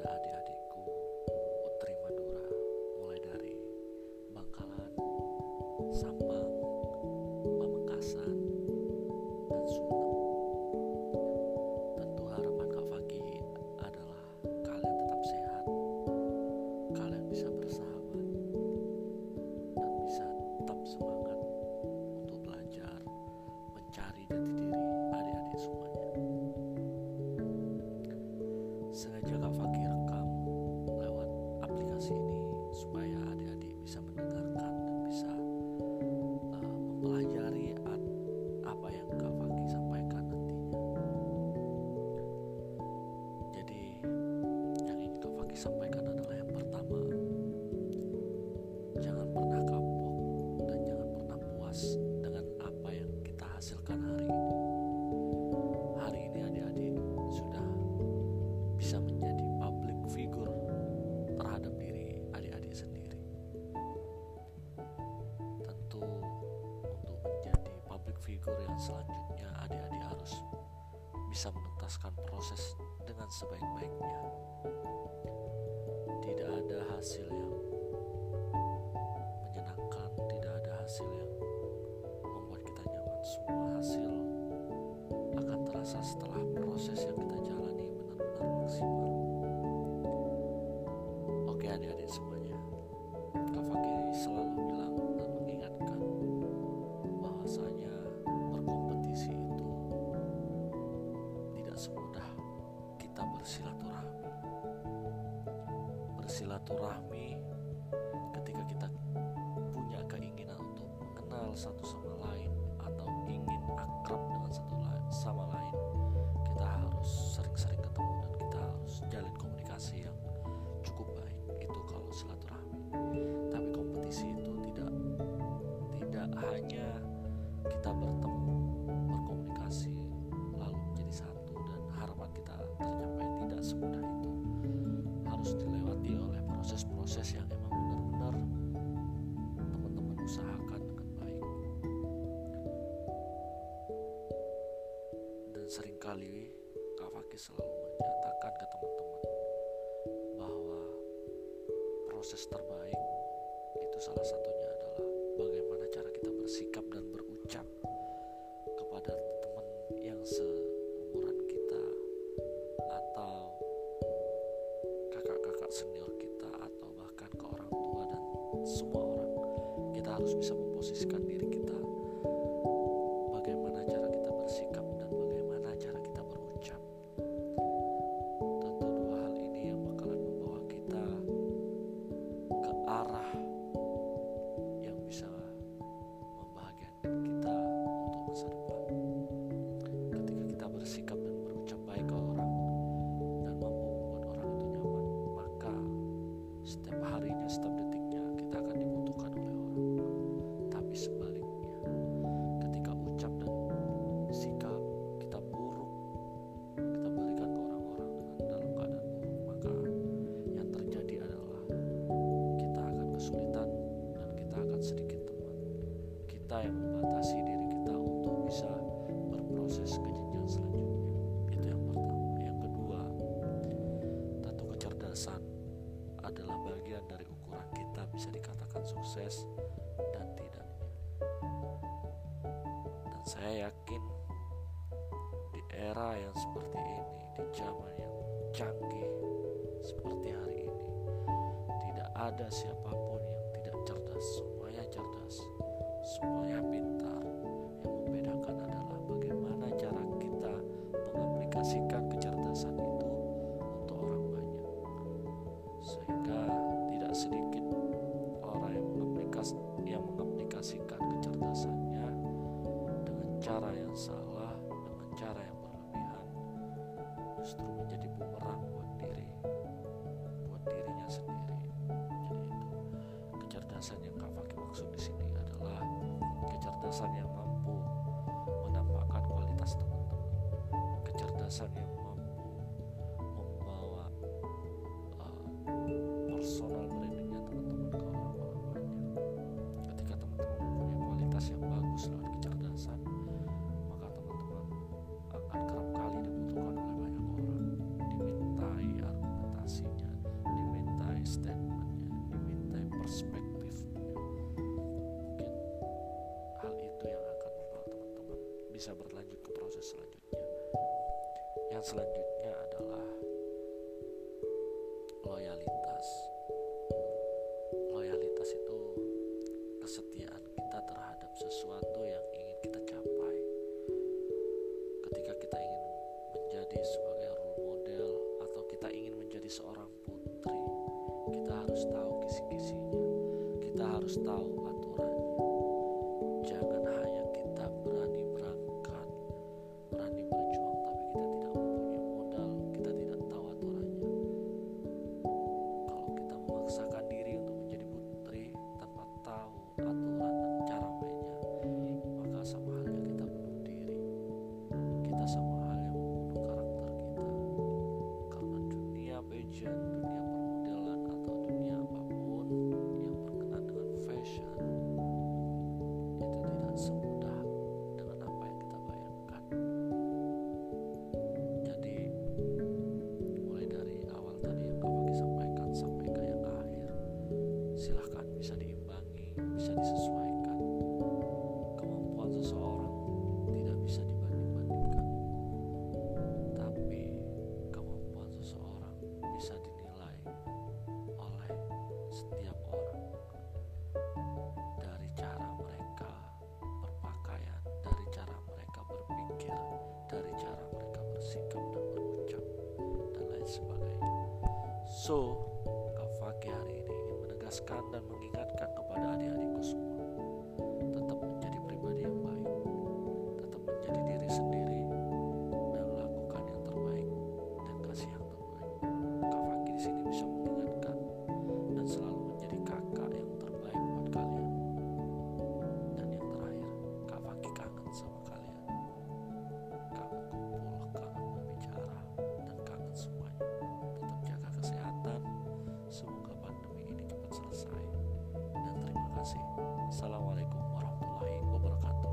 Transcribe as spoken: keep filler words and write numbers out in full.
kepada adik-adikku Putri Madura, mulai dari Bangkalan, Sampang, Pamekasan, dan Sumeneb. Tentu harapan Kak Fagi adalah kalian tetap sehat, kalian bisa bersahabat, dan bisa tetap semangat untuk belajar, mencari jati diri adik-adik semuanya. Sengaja Kak Fagi rekam lewat aplikasi ini supaya adik-adik bisa mendengarkan dan bisa uh, mempelajari at- apa yang Kak Fagi sampaikan nantinya. Jadi yang ingin Kak Fagi sampaikan adalah yang pertama, jangan pernah kapok dan jangan pernah puas dengan apa yang kita hasilkan hari ini. Hari ini adik-adik sudah bisa menjadi public figure terhadap diri adik-adik sendiri. Tentu untuk menjadi public figure yang selanjutnya adik-adik harus bisa menuntaskan proses dengan sebaik-baiknya. Tidak ada hasil yang menyenangkan, tidak ada hasil yang membuat kita nyaman. Semua hasil akan terasa setelah proses yang kita jalani benar-benar maksimal. Oke adik-adik semuanya, Kak Fagi selalu bilang dan mengingatkan bahwasanya berkompetisi itu tidak semudah kita bersilaturahmi. Bersilaturahmi ketika kita punya keinginan untuk mengenal satu sama lain atau ingin akrab dengan satu la- sama lain, kita harus sering-sering ketemu dan kita harus jalin komunikasi yang cukup baik. Itu kalau silaturahmi. Tapi kompetisi itu tidak tidak hanya kita bertemu, berkomunikasi lalu menjadi satu dan harapan kita tercapai. Tidak semudah itu. Harus dilewati oleh proses-proses yang emang benar-benar teman-teman usahakan dengan baik. Dan seringkali Kak Fagi selalu menyatakan ke teman-teman bahwa proses terbaik itu salah satunya adalah bagaimana cara kita bersikap dan berucap kepada teman yang seumuran kita atau kakak-kakak senior kita atau bahkan ke orang tua dan semua orang. Kita harus bisa memposisikan diri kita bagaimana cara kita bersikap dan bagaimana cara kita berucap. Tentu dua hal ini yang bakalan membawa kita ke arah yang bisa membahagiakan kita untuk masa depan. Ketika kita bersikap dan berucap baik ke orang dan mampu membuat orang itu nyaman, maka setiap harinya, setiap detiknya kita akan dibutuhkan oleh orang. Tapi sebaliknya, ketika ucap dan sikap kita buruk, kita berikan ke orang-orang dengan dalam keadaan buruk, maka yang terjadi adalah kita akan kesulitan dan kita akan sedikit teman. Kita yang membatasi diri kita untuk bisa berproses ke jenjang selanjutnya. Itu yang pertama. Yang kedua, tentu kecerdasan adalah bagian dari ukuran kita bisa dikatakan sukses dan tidaknya. Dan saya yakin di era yang seperti ini, di zaman yang canggih seperti hari ini, tidak ada siapapun yang tidak cerdas. Semuanya cerdas, semuanya pintar. Yang membedakan adalah bagaimana cara kita mengaplikasikan kecerdasan itu untuk orang banyak. Sehingga tidak sedikit orang yang mengaplikas yang mengaplikasikan kecerdasannya dengan cara yang salah, dengan cara yang berlebihan, justru menjadi bumerang buat diri, buat dirinya sendiri. Jadi itu kecerdasan yang Kak Fagi maksud di sini adalah kecerdasan yang mampu menampakkan kualitas teman-teman, kecerdasan yang mampu membawa uh, personal brandingnya teman-teman ke orang-orang banyak. Ketika teman-teman mempunyai kualitas yang bagus lewat kecerdasan, maka teman-teman akan kerap kali dibutuhkan oleh banyak orang, dimintai argumentasinya, Yang selanjutnya adalah loyalitas. Loyalitas itu kesetiaan kita terhadap sesuatu yang ingin kita capai. Ketika kita ingin menjadi sebagai role model atau kita ingin menjadi seorang putri, kita harus tahu kisi-kisinya, kita harus tahu aturannya. Jangan hanya kita berani berangkat, berani berjuang, tapi kita tidak mempunyai modal, kita tidak tahu aturannya. Kalau kita memaksakan diri untuk menjadi putri tanpa tahu aturan dan cara mainnya, maka sama halnya kita bunuh diri. Kita sama halnya membunuh karakter kita. Karena dunia pageant, dunia permodelan atau dunia apapun yang berkenaan dengan fashion itu tidak semudah dengan apa yang kita bayangkan. Jadi mulai dari awal tadi yang Kak Faki sampaikan sampai ke yang akhir, silahkan bisa diimbangi, bisa disesuaikan. Kemampuan seseorang tidak bisa dibanding-bandingkan, tapi kemampuan seseorang bisa dinilai oleh setiap orang dari cara mereka berpakaian, dari cara mereka berpikir, dari cara mereka bersikap dan berucap, dan lain sebagainya. So, Kak Faki hari ini ingin menegaskan dan mengingatkan kepada adik-adikku semua, tetap menjadi pribadi yang baik, tetap menjadi diri sendiri, dan lakukan yang terbaik dan kasih yang terbaik. Kak Faki di sini bisa mengingatkan dan selalu menjadi kakak yang terbaik buat kalian. Dan yang terakhir, Kak Faki kangen sama kalian, kangen kumpul, kangen berbicara, dan kangen semuanya. Tetap jaga kesehatan, semoga pandemi ini cepat selesai, dan terima kasih. Assalamualaikum warahmatullahi wabarakatuh.